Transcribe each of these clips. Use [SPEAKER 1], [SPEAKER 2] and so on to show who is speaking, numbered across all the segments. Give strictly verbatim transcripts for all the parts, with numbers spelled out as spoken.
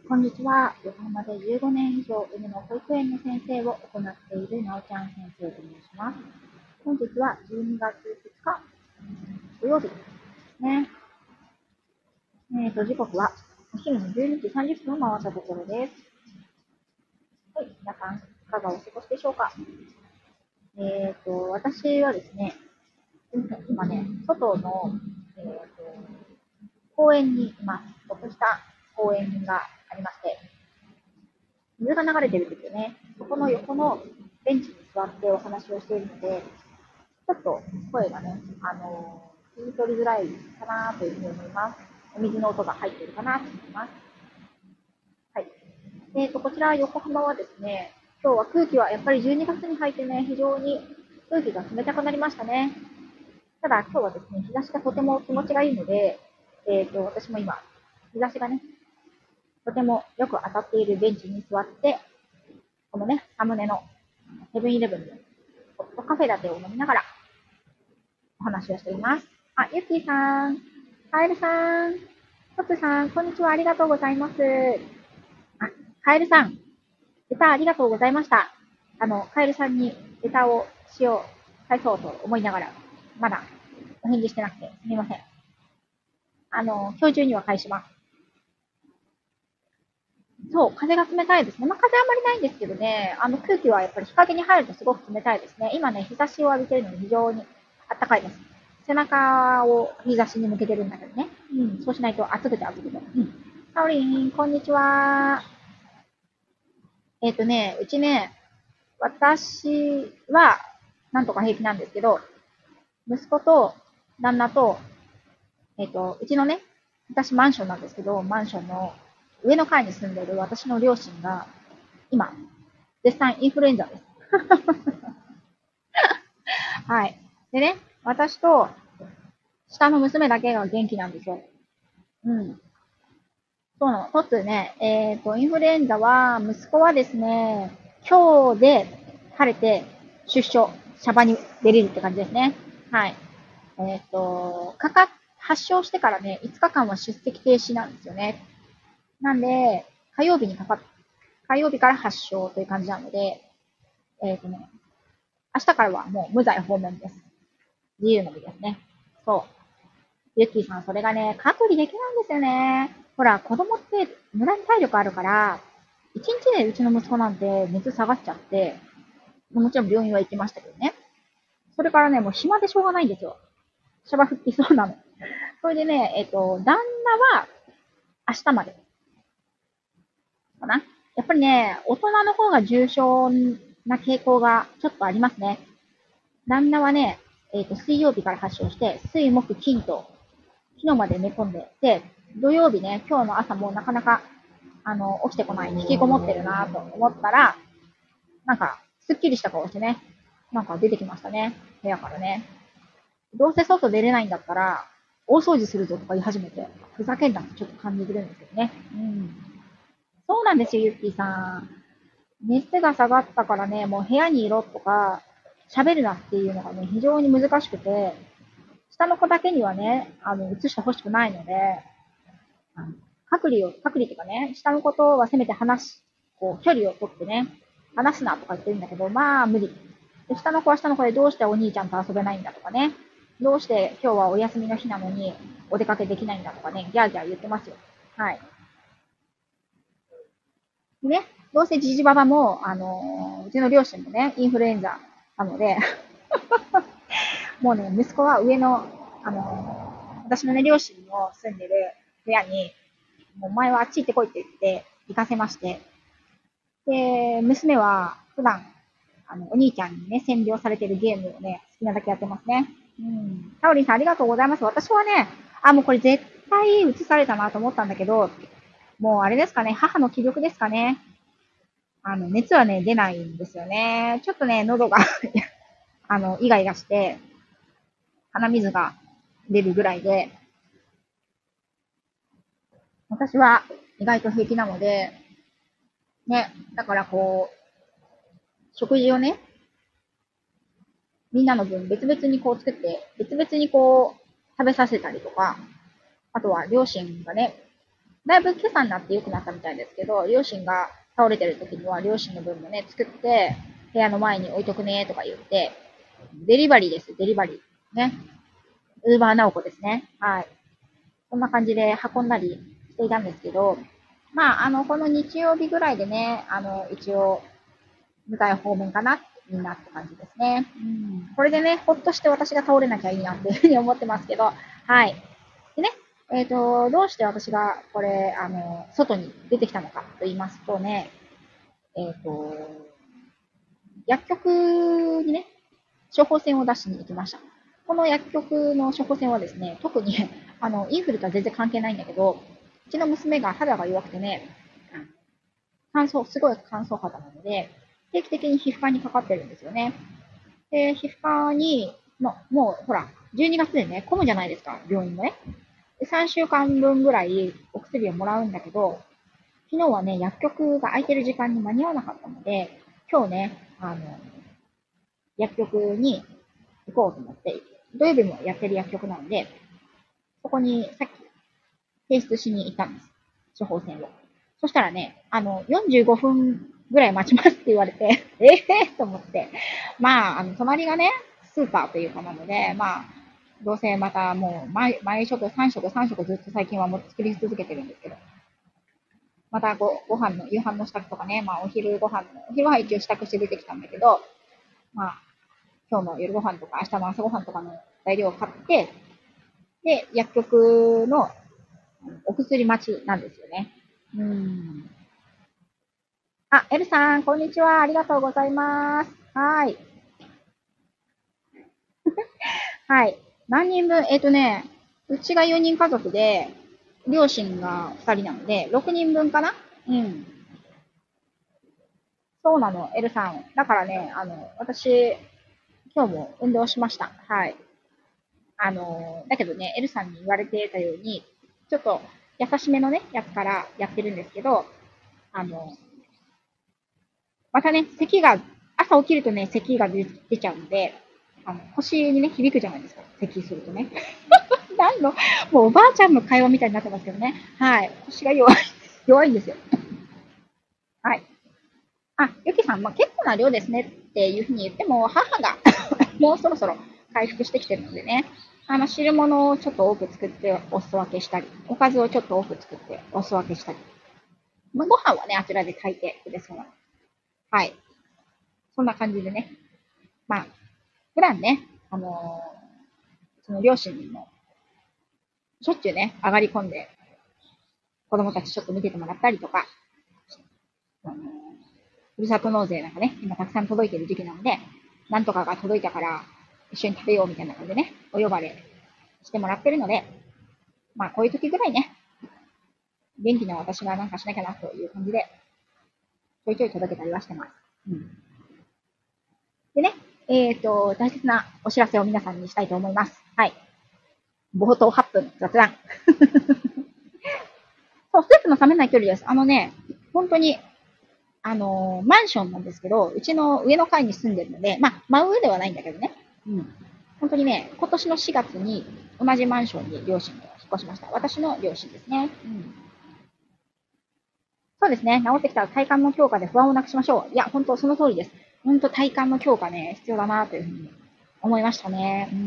[SPEAKER 1] こんにちは。横浜でじゅうごねん以上犬の保育園の先生を行っているなおちゃん先生と申します。本日はじゅうにがつふつか土曜日ですね。えーと、時刻はお昼のじゅうにじさんじゅっぷんを回ったところです。はい、皆さん、いかがお過ごしでしょうか。えーと、私はですね、今ね、外の、えーと、公園にいます。ちょっとした公園がありまして、水が流れてるんですよね。そこの横のベンチに座ってお話をしているので、ちょっと声がね、あのー、聞き取りづらいかなというふうに思います。お水の音が入っているかなと思います。はい。えーと、こちら横浜はですね、今日は空気はやっぱりじゅうにがつに入ってね、非常に空気が冷たくなりましたね。ただ今日はですね、日差しがとても気持ちがいいので、えーと、私も今、日差しがね、とてもよく当たっているベンチに座って、このね、サムネのセブンイレブンでホットカフェラテを飲みながらお話をしています。あ、ゆっきーさん、カエルさん、トツさん、こんにちは、ありがとうございます。あ、カエルさん、レターありがとうございました。あの、カエルさんにレターをしよう、返そうと思いながら、まだお返事してなくて、すみません。あの、今日中には返します。そう、風が冷たいですね。まあ、風あんまりないんですけどね、あの空気はやっぱり日陰に入るとすごく冷たいですね。今ね、日差しを浴びてるので非常に暖かいです。背中を日差しに向けてるんだけどね。うん、そうしないと暑くて暑くて。うん。サオリン、こんにちは。えっ、ー、とね、うちね、私はなんとか平気なんですけど、息子と旦那と、えっ、ー、と、うちのね、私マンションなんですけど、マンションの上の階に住んでいる私の両親が、今、絶賛インフルエンザです。はい。でね、私と下の娘だけが元気なんですよ。うん。そうなの。とつね、えっ、ー、と、インフルエンザは、息子はですね、今日で晴れて出所、シャバに出れるって感じですね。はい。えっ、ー、と、かか、発症してからね、いつかかんは出席停止なんですよね。なんで、火曜日にかかっ、火曜日から発症という感じなので、えっ、ー、とね、明日からはもう無罪放免です。自由の身ですね。そう。ゆっきーさん、それがね、隔離できないんですよね。ほら、子供って無駄に体力あるから、一日でうちの息子なんて熱下がっちゃって、もちろん病院は行きましたけどね。それからね、もう暇でしょうがないんですよ。シャバ復帰そうなの。それでね、えっと、旦那は明日までかな。やっぱりね、大人の方が重症な傾向がちょっとありますね。旦那はね、えっと、水曜日から発症して、水木金と昨日まで寝込んで、で、土曜日ね、今日の朝もなかなか、あの、起きてこない、引きこもってるなと思ったら、なんか、すっきりした顔してね、なんか出てきましたね、部屋からね。どうせ外出れないんだったら、大掃除するぞとか言い始めて、ふざけんなってちょっと感じてるんですけどね。うん。そうなんですよ、ゆっきーさん。熱が下がったからね、もう部屋にいろとか、喋るなっていうのがね、非常に難しくて、下の子だけにはね、あの、移してほしくないので、あの隔離を、隔離とかね、下の子とはせめて話す、こう、距離を取ってね、話すなとか言ってるんだけど、まあ、無理。で、下の子は下の子でどうしてお兄ちゃんと遊べないんだとかね、どうして今日はお休みの日なのにお出かけできないんだとかね、ギャーギャー言ってますよ。はい。でね、どうせジジババも、あのーうちの両親もね、インフルエンザなので、もうね、息子は上の、あのー私のね、両親の住んでる部屋に、もうお前はあっち行ってこいって言って行かせまして、で、娘は普段、あの、お兄ちゃんにね、占領されてるゲームをね、好きなだけやってますね。うん。タオリンさんありがとうございます。私はね、あ、もうこれ絶対映されたなと思ったんだけど、もうあれですかね、母の気力ですかね。あの、熱はね、出ないんですよね。ちょっとね、喉があの、イガイガして、鼻水が出るぐらいで、私は意外と平気なので、ね、だからこう、食事をね、みんなの分別々にこう作って、別々にこう食べさせたりとか、あとは両親がね、 だいぶ今朝になって良くなったみたいですけど、両親が倒れてる時には両親の分もね、作って、部屋の前に置いとくねとか言って、デリバリーです、デリバリー。ね。ウーバーナオコですね。はい。そんな感じで運んだりしていたんですけど、まあ、あの、この日曜日ぐらいでね、あの、一応、向かい方面かな、みんなって感じですね。うん。これでね、ほっとして私が倒れなきゃいいなっていうふうに思ってますけど、はい。でね、えっ、と、どうして私がこれ、あの、外に出てきたのかと言いますとね、えっ、と、薬局にね、処方箋を出しに行きました。この薬局の処方箋はですね、特にあの、インフルとは全然関係ないんだけど、うちの娘が肌が弱くてね、乾燥、すごい乾燥肌なので、定期的に皮膚科にかかってるんですよね。で、皮膚科に、のもう、ほら、じゅうにがつでね、混むじゃないですか、病院もね。で、さんしゅうかんぶんぐらいお薬をもらうんだけど、昨日はね、薬局が空いてる時間に間に合わなかったので、今日ね、あの、薬局に行こうと思って、土曜日もやってる薬局なので、そこにさっき提出しに行ったんです。処方箋を。そしたらね、あの、よんじゅうごふんぐらい待ちますって言われて、ええー、と思って。まあ、あの、隣がね、スーパーというかなので、まあ、どうせまたもう毎、毎食さん食さん食ずっと最近はもう作り続けてるんですけど、またご、ご飯の、夕飯の支度とかね、まあお昼ご飯の、お昼は一応支度して出てきたんだけど、まあ、今日の夜ご飯とか明日の朝ご飯とかの材料を買って、で、薬局のお薬待ちなんですよね。うん。あ、エルさん、こんにちは。ありがとうございます。はい。はい。何人分えっ、とね、うちがよにん家族で、両親がふたりなので、ろくにんぶんかな。うん。そうなの、エルさん。だからね、あの、私、今日も運動しました。はい。あの、だけどね、エルさんに言われてたように、ちょっと優しめのね、やつからやってるんですけど、あの、またね、咳が、朝起きるとね、咳が出出ちゃうので、あの、腰にね、響くじゃないですか。咳するとね。何の、もうおばあちゃんの会話みたいになってますけどね。はい。腰が弱い、弱いんですよ。はい。あ、ゆきさん、まあ、結構な量ですねっていうふうに言っても、母がもうそろそろ回復してきてるのでね、あの、汁物をちょっと多く作ってお裾分けしたり、おかずをちょっと多く作ってお裾分けしたり、まあ、ご飯はね、あちらで炊いてくれそうなの。はい。そんな感じでね。まあ、普段ね、あのーその両親にも、しょっちゅうね、上がり込んで、子供たちちょっと見ててもらったりとか、あのーふるさと納税なんかね、今たくさん届いてる時期なので、なんとかが届いたから一緒に食べようみたいな感じでね、お呼ばれしてもらってるので、まあこういう時ぐらいね、元気な私がなんかしなきゃなという感じで、ちょいちょい届けたりはしてます。うん、でね、えっ、と、大切なお知らせを皆さんにしたいと思います。はい。冒頭はっぷん雑談。そう、スープの冷めない距離です。あのね、本当に、あのーマンションなんですけど、うちの上の階に住んでるので、まあ、真上ではないんだけどね。うん。本当にね、今年のしがつに同じマンションに両親と引っ越しました。私の両親ですね。うん。そうですね。治ってきたら体幹の強化で不安をなくしましょう。いや、本当その通りです。本当体幹の強化ね、必要だなというふうに思いましたね。うん。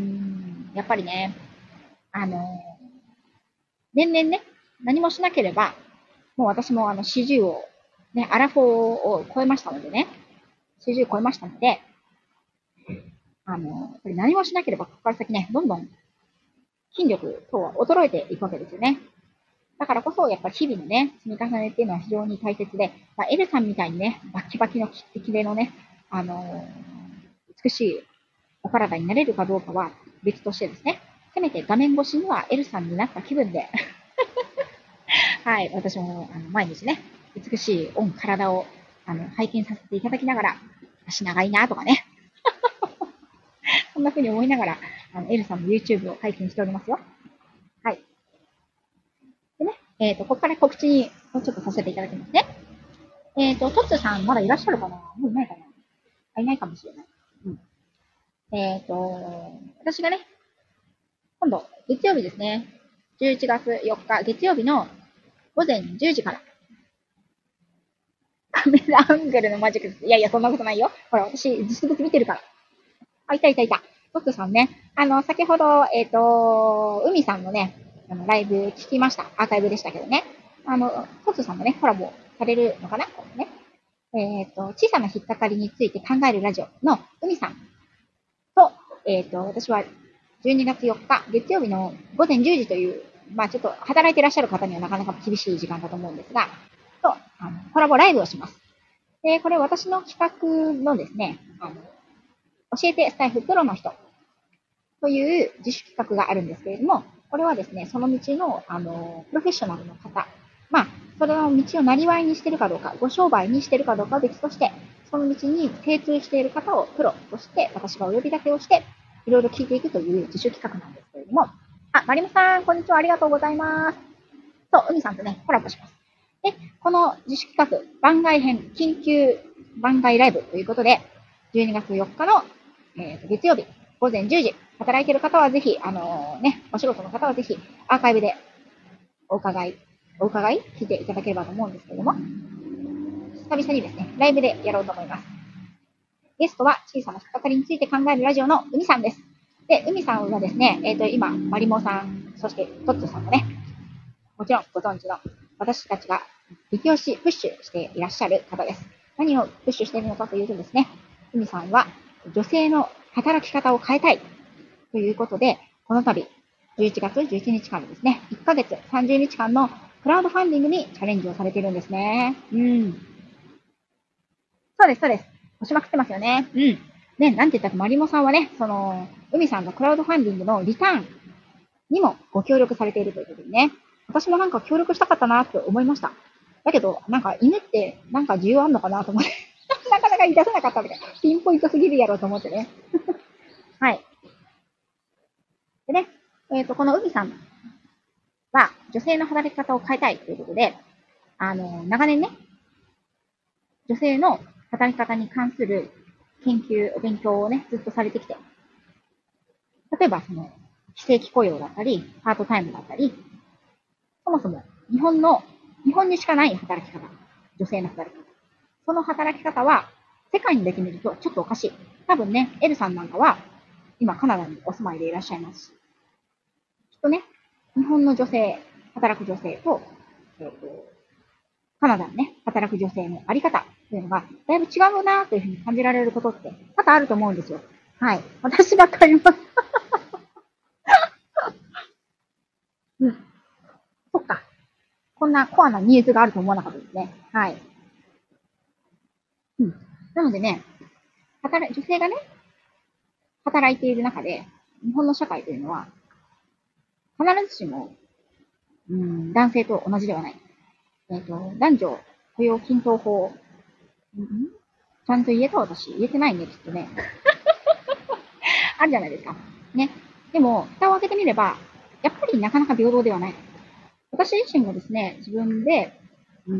[SPEAKER 1] やっぱりね、あのー年々ね、何もしなければ、もう私もあのよんじゅうを、ね、アラフォーを超えましたのでね、よんじゅう超えましたので、あの、やっぱり何もしなければ、ここから先ね、どんどん筋力等は衰えていくわけですよね。だからこそ、やっぱり日々のね、積み重ねっていうのは非常に大切で、まあ、エルさんみたいにね、バキバキのキッキキのね、あのー美しいお体になれるかどうかは別としてですね、せめて画面越しにはエルさんになった気分ではい、私もあの毎日ね、美しいオン体をあの拝見させていただきながら、足長いなとかね、そんな風に思いながら、あのエルさんの YouTube を拝見しておりますよ。はい。でね、えっ、ー、と、ここから告知にちょっとさせていただきますね。えっ、ー、と、トッツさんまだいらっしゃるかなもういないかなあ、いないかもしれない。うん。えっ、ー、と、私がね、今度、月曜日ですね。じゅういちがつよっか、月曜日の午前じゅうじから。カメラアングルのマジックです。いやいや、そんなことないよ。ほら、私、実物見てるから。あ、いたいたいた。トッツさんね。あの、先ほど、えっ、と、海さんのね、あの、ライブ聞きました。アーカイブでしたけどね。あの、トッツさんもね、コラボされるのかなこれね。えっ、と、小さな引っかかりについて考えるラジオの海さんと、えっ、と、私はじゅうにがつよっか、月曜日の午前じゅうじという、まあちょっと働いていらっしゃる方にはなかなか厳しい時間だと思うんですが、と、あの、コラボライブをします。で、これ私の企画のですね、あの、教えてスタイフプロの人という自主企画があるんですけれども、これはですね、その道の、あの、プロフェッショナルの方、まあ、それの道をなりわいにしているかどうか、ご商売にしているかどうかは別として、その道に精通している方をプロとして、私がお呼び立てをして、いろいろ聞いていくという自主企画なんですけれども、あ、マリモさん、こんにちは、ありがとうございます。そう、海さんとね、コラボします。で、この自主企画、番外編、緊急番外ライブということで、じゅうにがつよっかの、えー、月曜日、午前じゅうじ、働いている方はぜひ、あのー、ね、お仕事の方はぜひ、アーカイブでお伺い、お伺い聞いていただければと思うんですけれども、久々にですね、ライブでやろうと思います。ゲストは小さな引っかかりについて考えるラジオの海さんです。で、海さんはですね、えっ、ー、と、今、マリモさん、そしてトッツさんもね、もちろんご存知の私たちが激推し、プッシュしていらっしゃる方です。何をプッシュしているのかというとですね、海さんは女性の働き方を変えたいということで、この度、じゅういちがつじゅういちにちからですね、いっかげつさんじゅうにちかんのクラウドファンディングにチャレンジをされているんですね。うん。そうです、そうです。押しまくってますよね。うん。ね、なんて言ったか、マリモさんはね、その、海さんのクラウドファンディングのリターンにもご協力されているということでね。私もなんか協力したかったなって思いました。だけど、なんか犬ってなんか需要あんのかなと思って、なかなか言い出せなかったみたいな。ピンポイントすぎるやろうと思ってね。はい。でね、えっ、ー、と、この海さんは女性の働き方を変えたいということで、あの、長年ね、女性の働き方に関する研究、お勉強をね、ずっとされてきて、例えばその、非正規雇用だったり、パートタイムだったり、そもそも日本の、日本にしかない働き方、女性の働き方。その働き方は、世界にだけ見るとちょっとおかしい。多分ね、エルさんなんかは、今カナダにお住まいでいらっしゃいます。きっとね、日本の女性、働く女性と、えっ、ー、と、カナダのね、働く女性のあり方というのが、だいぶ違うなというふうに感じられることって多々あると思うんですよ。はい。私ばっかります。うん。そっか。こんなコアなニーズがあると思わなかったですね。はい。うん。なのでね、働女性がね、働いている中で、日本の社会というのは、必ずしも、うん、男性と同じではない。えっ、ー、と、男女雇用均等法、うん、ちゃんと言えた私。言えてないね、きっとね。あるじゃないですか。ね。でも、蓋を開けてみれば、やっぱりなかなか平等ではない。私自身もですね、自分で、うん、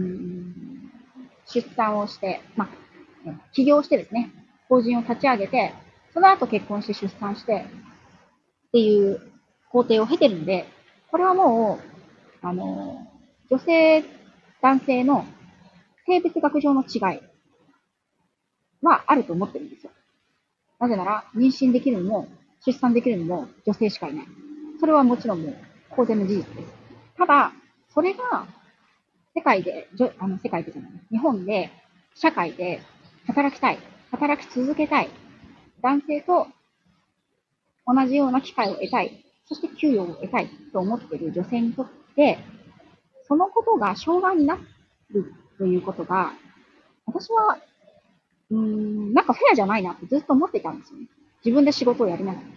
[SPEAKER 1] 出産をして、まあ、起業してですね、法人を立ち上げて、その後結婚して出産して、っていう工程を経てるので、これはもう、あの、女性、男性の性別学上の違いはあると思ってるんですよ。なぜなら、妊娠できるのも、出産できるのも女性しかいない。それはもちろんもう公然の事実です。ただ、それが世界で、あの世界でじゃない、日本で、社会で働きたい、働き続けたい、男性と同じような機会を得たい、そして給与を得たいと思っている女性にとって、そのことが障害になるということが、私は、うーん、なんかフェアじゃないなってずっと思っていたんですよね。自分で仕事をやりながら。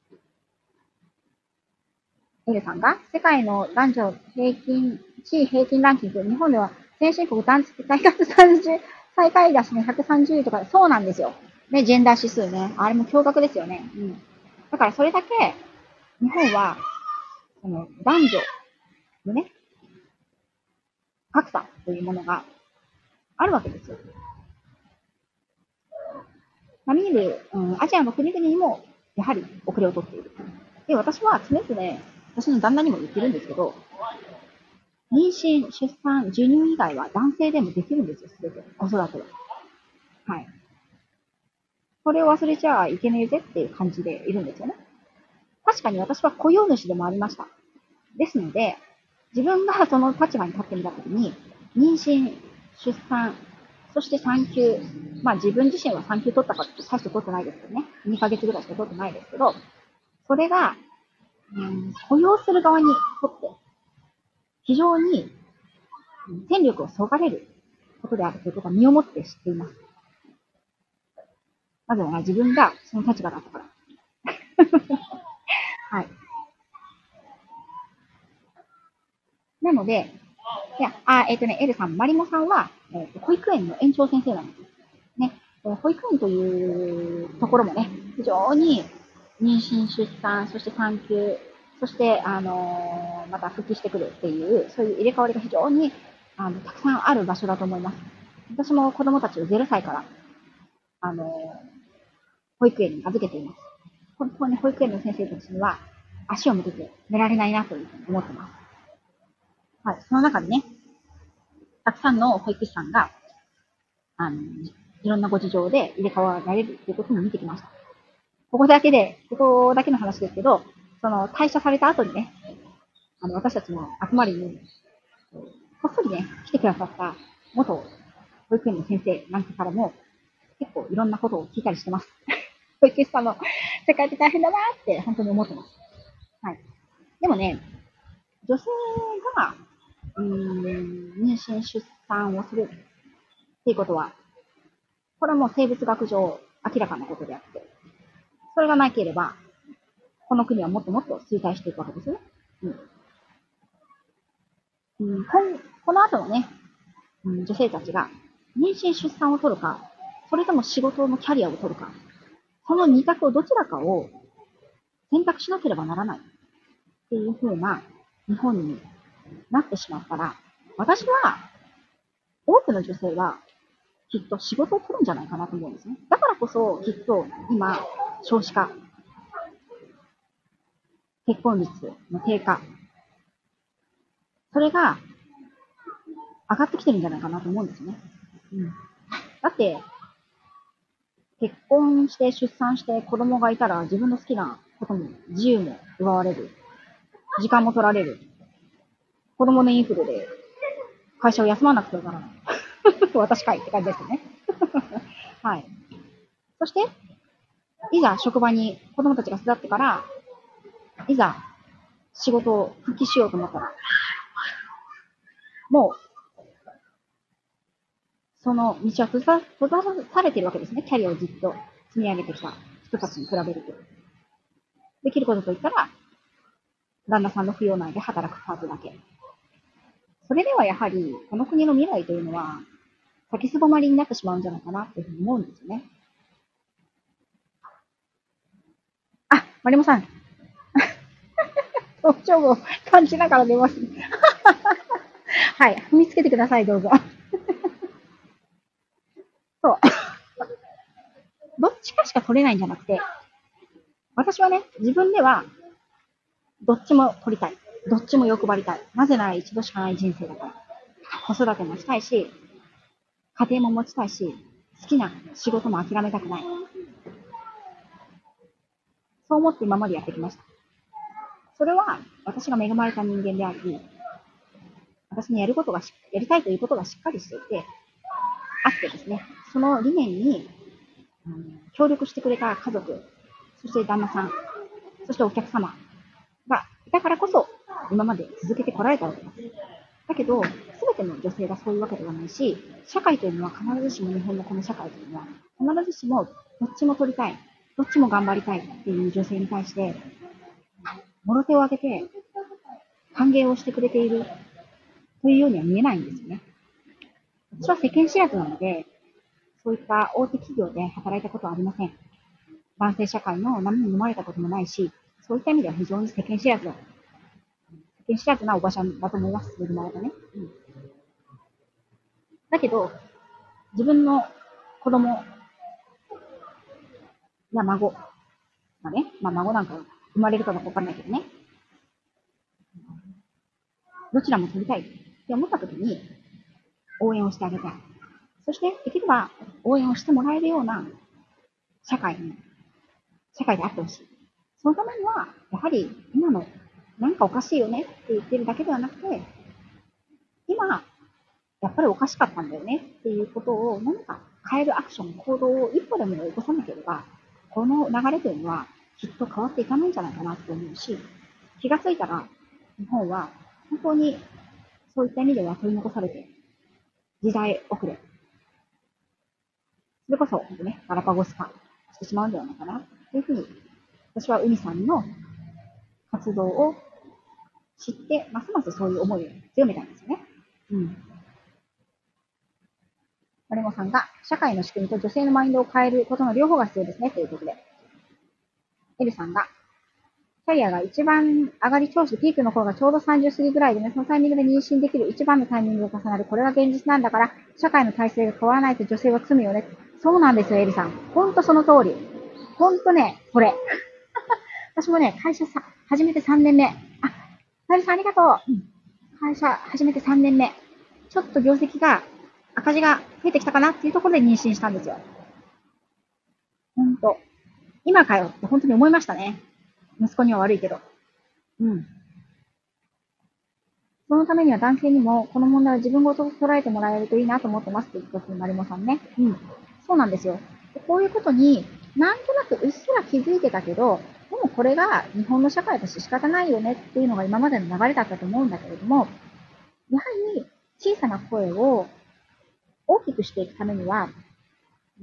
[SPEAKER 1] エルさんが、世界の男女平均、地位平均ランキング、日本では先進国ダンス大会さんじゅう、最下位だしね、ひゃくさんじゅういとか、そうなんですよ。ね、ジェンダー指数ね。あれも驚愕ですよね。うん。だからそれだけ、日本は、その、男女のね、格差というものがあるわけですよ。まあ、見る、うん、アジアの国々にも、やはり遅れをとっている。で、私は常々、私の旦那にも言ってるんですけど、 妊娠、出産、授乳以外は男性でもできるんですよ、すべて。子育ては。はい。これを忘れちゃいけねえぜっていう感じでいるんですよね。確かに私は雇用主でもありました。ですので、自分がその立場に立ってみたときに、妊娠、出産、そして産休、まあ自分自身は産休取ったかって大して取ってないですけどね。にかげつぐらいしか取ってないですけど、それが、うん、雇用する側にとって非常に戦力をそがれることであるということは身をもって知っています。なぜなら自分がその立場だったから。はい。なので、いや、あ、えっ、ーとね、エルさん、マリモさんは、えーと、保育園の園長先生なんです。ね。保育園というところもね、非常に妊娠、出産、そして産休、そして、あのーまた復帰してくるっていう、そういう入れ替わりが非常にあのたくさんある場所だと思います。私も子供たちをゼロさいから、あのー保育園に預けています。本当に保育園の先生たちには足を向けて寝られないなというふうに思ってます。はい。その中でね、たくさんの保育士さんが、あの、いろんなご事情で入れ替わられるっていうことも見てきました。ここだけで、ここだけの話ですけど、その退社された後にね、あの、私たちの集まりに、こっそりね、来てくださった元保育園の先生なんかからも、結構いろんなことを聞いたりしてます。保育士さんの世界って大変だなって本当に思ってます。はい。でもね、女性が、うーん、妊娠、出産をするっていうことは、これはもう生物学上明らかなことであって、それがなければ、この国はもっともっと衰退していくわけですよね。うん。うん、この後のね、うん、女性たちが妊娠出産を取るか、それとも仕事のキャリアを取るか、その二択をどちらかを選択しなければならないっていう風な日本になってしまったら、私は多くの女性はきっと仕事を取るんじゃないかなと思うんですね。だからこそきっと今、少子化、結婚率の低下、それが上がってきてるんじゃないかなと思うんですね。うん、だって、結婚して出産して子供がいたら自分の好きなことも自由も奪われる。時間も取られる。子供のインフルで会社を休まなくてはならない。私かいって感じですよね。はい。そして、いざ職場に子供たちが巣立ってから、いざ仕事を復帰しようと思ったら、もう、その道は閉ざ閉ざされているわけですね。キャリアをずっと積み上げてきた人たちに比べると。できることといったら、旦那さんの扶養内で働くパートだけ。それではやはり、この国の未来というのは、先すぼまりになってしまうんじゃないかなっていうふうに思うんですよね。あ、マリモさん、表情を感じながら出ます。はい、踏みつけてください、どうぞ。そう。どっちかしか取れないんじゃなくて、私はね、自分では、どっちも取りたい。どっちも欲張りたい。なぜなら一度しかない人生だから。子育てもしたいし、家庭も持ちたいし、好きな仕事も諦めたくない。そう思って今までやってきました。それは私が恵まれた人間であり、私にやることがし、やりたいということがしっかりしていて、あってですね、その理念に、うん、協力してくれた家族、そして旦那さん、そしてお客様がいたからこそ、今まで続けてこられたわけです。だけど、すべての女性がそういうわけではないし、社会というのは必ずしも日本のこの社会というのは、必ずしもどっちも取りたい、どっちも頑張りたいっていう女性に対して、もろ手を挙げて歓迎をしてくれているというようには見えないんですよね。私は世間知らずなので、そういった大手企業で働いたことはありません。男性社会の波に飲まれたこともないし、そういった意味では非常に世間知らずだ。世間知らずなおばちゃんだと思います。恵まれたね。うん、だけど、自分の子供や孫がね、まあ孫なんか生まれるかどうかわかんないけどね、 どちらも取りたいって思った時に応援をしてあげたい。そして、できれば応援をしてもらえるような社会に、社会であってほしい。そのためには、やはり今のなんかおかしいよねって言ってるだけではなくて、今、やっぱりおかしかったんだよねっていうことを何か変えるアクション、行動を一歩でも起こさなければ、この流れというのはきっと変わっていかないんじゃないかなと思うし、気がついたら日本は本当にそういった意味では取り残されて、時代遅れ。それこそ、本当ね、ガラパゴス化してしまうんではないかなというふうに、私は海さんの活動を知って、ますますそういう思いを強めたんですよね。うん。マリモさんが、社会の仕組みと女性のマインドを変えることの両方が必要ですね、ということで。エルさんが、キャリアが一番上がり調子、ピークの頃がちょうどさんじゅう過ぎぐらいでね、そのタイミングで妊娠できる一番のタイミングが重なる。これが現実なんだから、社会の体制が変わらないと女性は罪よね。そうなんですよ、エリさん。ほんとその通り。ほんとね、これ。私もね、会社さ、始めてさんねんめ。あ、サリさんありがとう。うん、会社始めてさんねんめ。ちょっと業績が、赤字が増えてきたかなっていうところで妊娠したんですよ。ほんと。今かよって本当に思いましたね。息子には悪いけど。うん。そのためには男性にも、この問題は自分ごと捉えてもらえるといいなと思ってますって言ったマリモさんね。うん。そうなんですよ。こういうことに、なんとなくうっすら気づいてたけど、でもこれが日本の社会として仕方ないよねっていうのが今までの流れだったと思うんだけれども、やはり小さな声を大きくしていくためには、うん、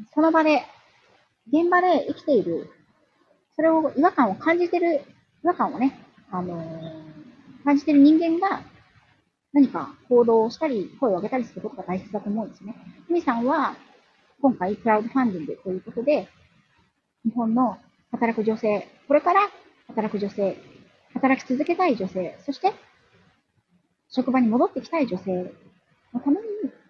[SPEAKER 1] その場で、現場で生きている、それを違和感を感じてる、違和感をね、あのー、感じてる人間が何か行動をしたり、声を上げたりすることが大切だと思うんですね。ふみさんは、今回、クラウドファンディングということで、日本の働く女性、これから働く女性、働き続けたい女性、そして、職場に戻ってきたい女性のために、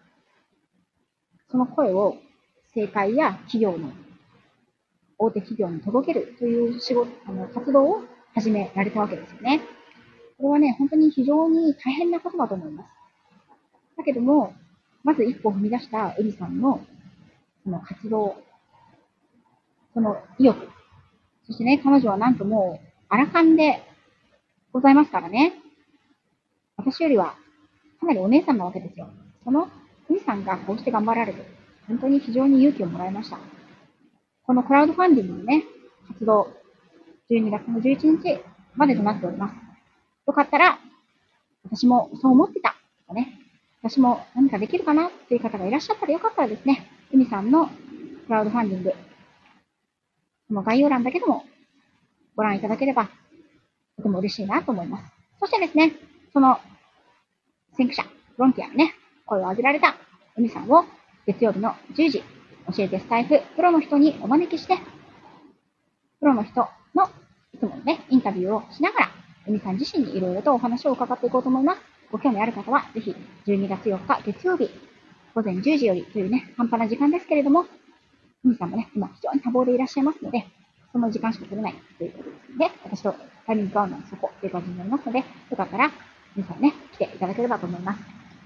[SPEAKER 1] その声を政界や企業の、大手企業に届けるという仕事、あの、活動を始められたわけですよね。これはね、本当に非常に大変なことだと思います。だけども、まず一歩踏み出したエリさんのその活動、その意欲、そしてね、彼女はなんともう、アラカンでございますからね。私よりは、かなりお姉さんなわけですよ。その、ふみさんがこうして頑張られて、本当に非常に勇気をもらいました。このクラウドファンディングのね、活動、じゅうにがつのじゅういちにちまでとなっております。よかったら、私もそう思ってた。とね、私も何かできるかなっていう方がいらっしゃったらよかったらですね、ふみさんのクラウドファンディング、その概要欄だけでもご覧いただければ、とても嬉しいなと思います。そしてですね、その先駆者、ボランティアのね、声を上げられたエミさんを月曜日のじゅうじ、教えてスタイフ、プロの人にお招きして、プロの人のいつものね、インタビューをしながら、エミさん自身にいろいろとお話を伺っていこうと思います。ご興味ある方は、ぜひじゅうにがつよっか月曜日、午前じゅうじよりというね、半端な時間ですけれども、エミさんもね、今非常に多忙でいらっしゃいますので、その時間しか取れないということですので、私とタイミングが合うのはそこという感じになりますので、よかったら、皆さんね、来ていただければと思います。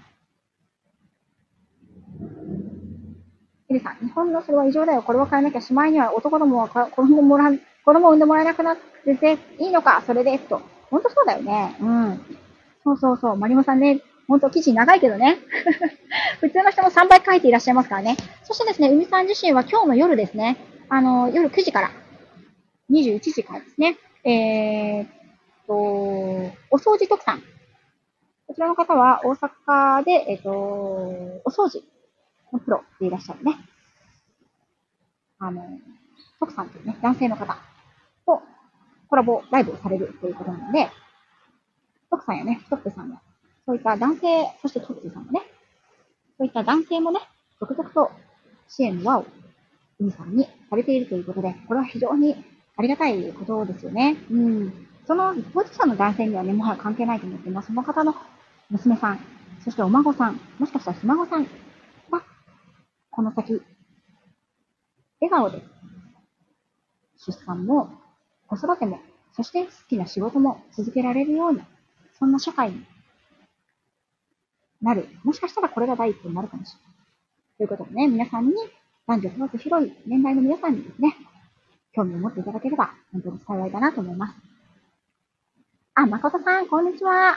[SPEAKER 1] エリさん、日本のそれは異常だよ。これを変えなきゃ、しまいには男どもは子供もら子供を産んでもらえなくなってていいのか、それで、と。ほんとそうだよね。うん。そうそうそう。マリモさんね、ほんと記事長いけどね。普通の人のさんばい書いていらっしゃいますからね。そしてですね、海さん自身は今日の夜ですね、あの、夜くじからにじゅういちじからですね、えーっと、お掃除特産。こちらの方は大阪で、えーっと、お掃除のプロでいらっしゃるね。あの、徳さんというね、男性の方とコラボライブをされるということなので、徳さんやね、トップさんも、そういった男性、そしてトップさんもね、そういった男性もね、続々と支援の輪を海さんにされているということで、これは非常にありがたいことですよね。うん。その当事者の男性にはね、もはや関係ないと思っています。その方の娘さん、そしてお孫さん、もしかしたらひ孫さんが、この先、笑顔で出産も子育ても、そして好きな仕事も続けられるような、そんな社会になる。もしかしたらこれが第一歩になるかもしれない。ということでね、皆さんに、男女問わず広い年代の皆さんにですね、興味を持っていただければ、本当に幸いだなと思います。あ、誠さん、こんにちは。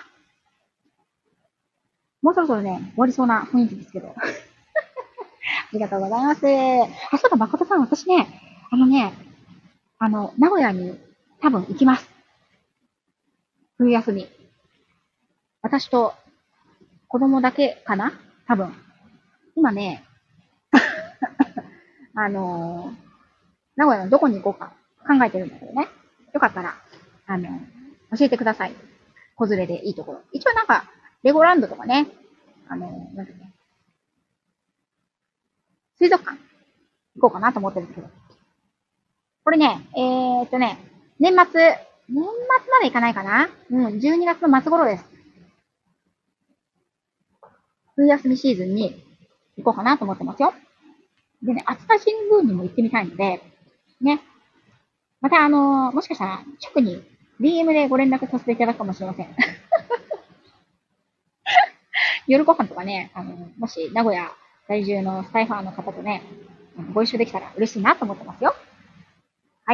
[SPEAKER 1] もうそろそろね、終わりそうな雰囲気ですけど。ありがとうございます。あ、そうだ、誠さん、私ね、あのね、あの、名古屋に多分行きます。冬休み。私と子供だけかな多分。今ね、あのー名古屋のどこに行こうか考えてるんだけどね。よかったら、あのー教えてください。子連れでいいところ。一応なんか、レゴランドとかね、あのーなんだっけ、水族館行こうかなと思ってるんですけど。これね、えーっとね、年末、年末まで行かないかなうん、じゅうにがつの末頃です。冬休みシーズンに行こうかなと思ってますよ。でね、熱田神宮にも行ってみたいので、ね、またあのーもしかしたら直に ディーエム でご連絡させていただくかもしれません。夜ご飯とかね、あの、もし名古屋在住のスタイファーの方とね、ご一緒できたら嬉しいなと思ってますよ。はい。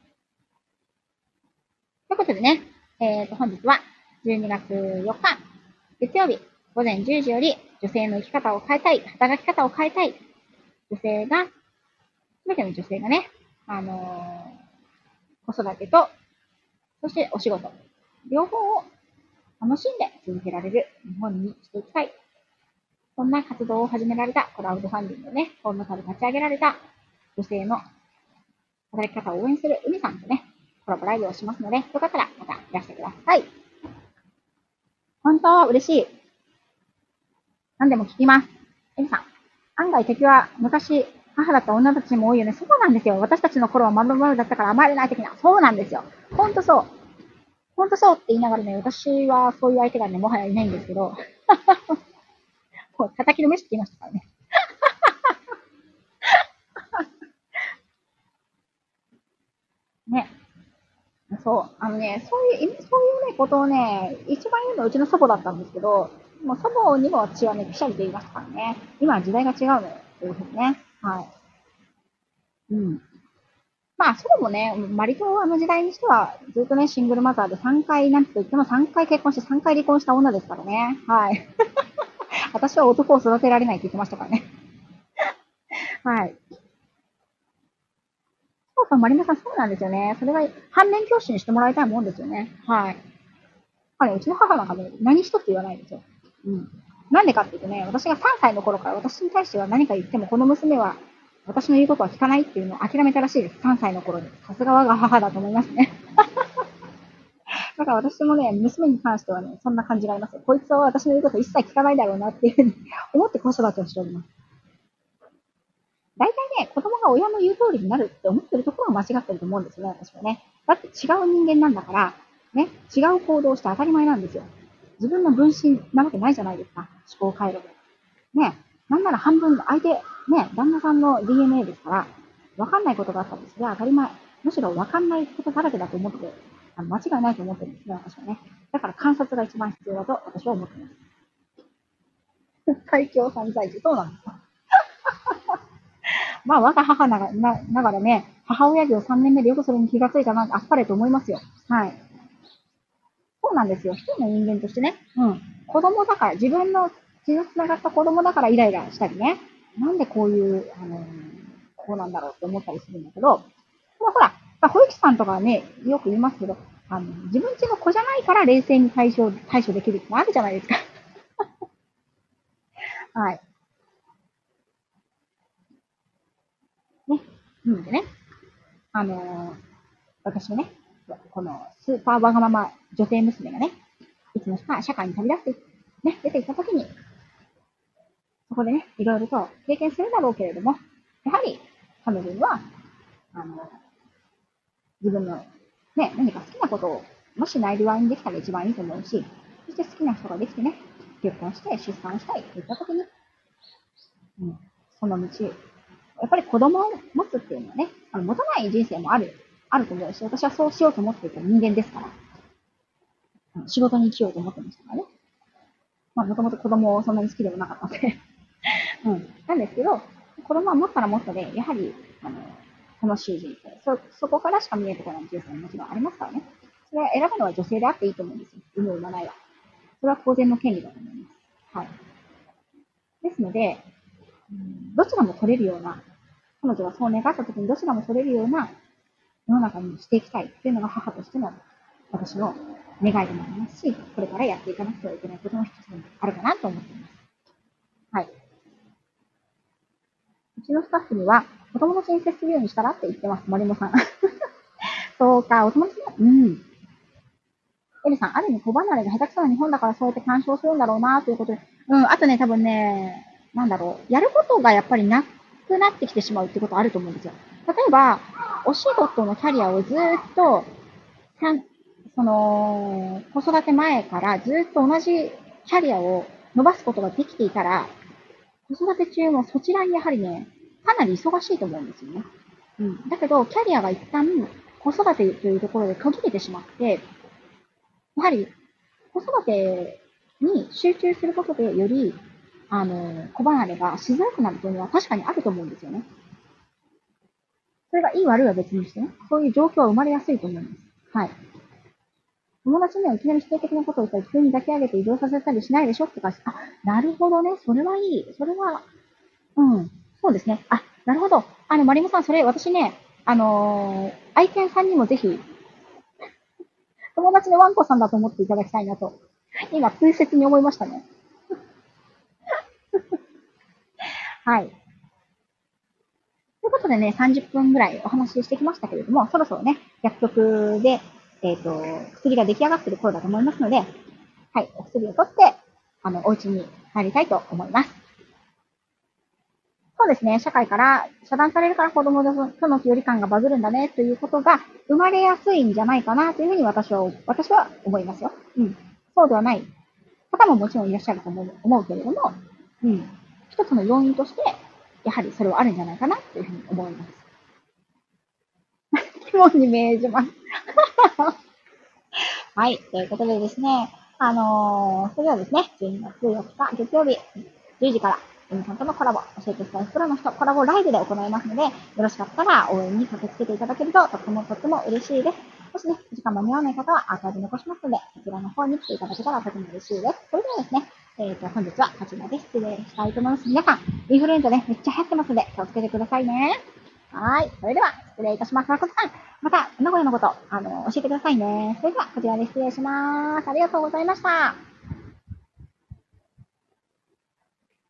[SPEAKER 1] ということでね、えっ、ー、と、本日はじゅうにがつよっか、月曜日、午前じゅうじより、女性の生き方を変えたい、働き方を変えたい、女性が、すべての女性がね、あのー、子育てと、そしてお仕事、両方を楽しんで続けられる日本にしていきたい。そんな活動を始められた、クラウドファンディングをね、ホームから立ち上げられた女性の働き方を応援する海さんとね、コラボライブをしますので、よかったらまたいらしてください。本当嬉しい。何でも聞きます。海さん、案外敵は昔母だった女たちも多いよね。そうなんですよ。私たちの頃はまるまるだったから甘えれない的な。そうなんですよ。ほんとそう。ほんとそうって言いながらね、私はそういう相手がね、もはやいないんですけど、もう叩きのめしてきましたからね。ね。そう。あのね、そういう、そういうね、ことをね、一番言うのはうちの祖母だったんですけど、もう祖母にも私はね、くしゃりと言いましたからね。今は時代が違うのよ。というふうにね。はい。うん。まあ、祖母もね、割とあの時代にしては、ずっとね、シングルマザーでさんかい、なんと言ってもさんかい結婚してさんかい離婚した女ですからね。はい。私は男を育てられないって言ってましたからね。はい。そうそう、マリナさん、そうなんですよね。それが反面教師にしてもらいたいもんですよね。はい。あれ、うちの母なんかね、何一つ言わないですよ。うん。なんでかっていうとね、私がさんさいの頃から私に対しては何か言っても、この娘は私の言うことは聞かないっていうのを諦めたらしいです。さんさいの頃に。さすが我が母だと思いますね。だから私もね、娘に関してはね、そんな感じがありますよ。こいつは私の言うこと一切聞かないだろうなっていうふうに思って子育てをしております。大体ね、子供が親の言う通りになるって思ってるところが間違ってると思うんですよね、私はね。だって違う人間なんだから、ね、違う行動をして当たり前なんですよ。自分の分身なわけないじゃないですか、思考回路で。ね、なんなら半分、相手、ね、旦那さんの ディーエヌエー ですから、わかんないことがあったんですが、当たり前。むしろわかんないことだらけだと思って、あの間違いないと思ってるんですね、私はね。だから観察が一番必要だと私は思っています。最強犯罪児、そうなんですよ。まあ、我が母ながなながらね、母親業さんねんめでよくそれに気がついたな、あっぱれと思いますよ。はい。そうなんですよ。一人の人間としてね、うん。子供だから、自分の血の繋がった子供だからイライラしたりね。なんでこういう、あのーこうなんだろうって思ったりするんだけど、まあ、ほら、まあ、保育士さんとかはね、よく言いますけど、あの、自分家の子じゃないから冷静に対処、対処できるってのあるじゃないですか。はい。ね。うんでね、あのー私のね、このスーパーわがまま女性娘がね、いつの日か社会に飛び出して、ね、出ていった時に、そこでね、いろいろと経験するだろうけれども、やはり彼女には、あの、自分のね、何か好きなことを、もし内裏にできたら一番いいと思うし、そして好きな人ができてね、結婚して出産したいといった時に、うん、その道、やっぱり子供を持つっていうのはね、あの持たない人生もある、あると思うし、私はそうしようと思っていた人間ですから、仕事に生きようと思ってましたからね。 まあ、もともと子供をそんなに好きでもなかったのでうん。なんですけど、子供は持ったら持ったで、やはり、あの、楽しい人生。そ、そこからしか見えてこない人生ももちろんありますからね。それは選ぶのは女性であっていいと思うんですよ。産む産まないは。それは当然の権利だと思います。はい。ですので、どちらも取れるような、彼女がそう願った時にどちらも取れるような世の中にしていきたいっていうのが母としての私の願いでもありますし、これからやっていかなくてはいけないことの一つでもあるかなと思っています。はい。うちのスタッフには、お友達に接するようにしたらって言ってます、森本さん。そうか、お友達ね。うん。エリさん、ある意味小離れが下手くそな日本だからそうやって干渉するんだろうなということで。うん、あとね、多分ね、なんだろう。やることがやっぱりなくなってきてしまうってことあると思うんですよ。例えば、お仕事のキャリアをずっと、その、子育て前からずっと同じキャリアを伸ばすことができていたら、子育て中もそちらにやはりね、かなり忙しいと思うんですよね。うん。だけど、キャリアが一旦子育てというところで途切れてしまって、やはり子育てに集中することでより、あの、子離れがしづらくなるというのは確かにあると思うんですよね。それがいい悪いは別にしてね、そういう状況は生まれやすいと思います。はい。友達にはいきなり否定的なことを言ったり、急に抱き上げて移動させたりしないでしょってか、あ、なるほどね。それはいい。それは、うん。そうですね。あ、なるほど。あの、マリモさん、それ、私ね、あのー愛犬さんにもぜひ、友達のワンコさんだと思っていただきたいなと、今、痛切に思いましたね。はい。ということでね、さんじゅっぷんぐらいお話ししてきましたけれども、そろそろね、薬局で、えっ、と、薬が出来上がっている頃だと思いますので、はい、お薬を取って、あの、お家に帰りたいと思います。そうですね、社会から遮断されるから子供との距離感がバグるんだねということが生まれやすいんじゃないかなというふうに私は、私は思いますよ。うん。そうではない方ももちろんいらっしゃると思う思うけれども、うん。一つの要因として、やはりそれはあるんじゃないかなというふうに思います。肝に銘じます。はい。ということでですね、あのー、それではですね、じゅうにがつよっか月曜日、じゅうじから、エミさんとのコラボ、教えてスタイフプロの人、コラボライブで行いますので、よろしかったら応援に駆けつけていただけると、とってもとっても嬉しいです。もしね、時間間に合わない方はアーカイブ残しますので、こちらの方に来ていただけたらとても嬉しいです。それではですね、えっ、ー、と、本日はこちらで失礼したいと思います。皆さん、インフルエンザね、めっちゃ流行ってますので、気をつけてくださいね。はい。それでは、失礼いたします。まこさん、また、名古屋のこと、あの、教えてくださいね。それでは、こちらで失礼します。ありがとうございました。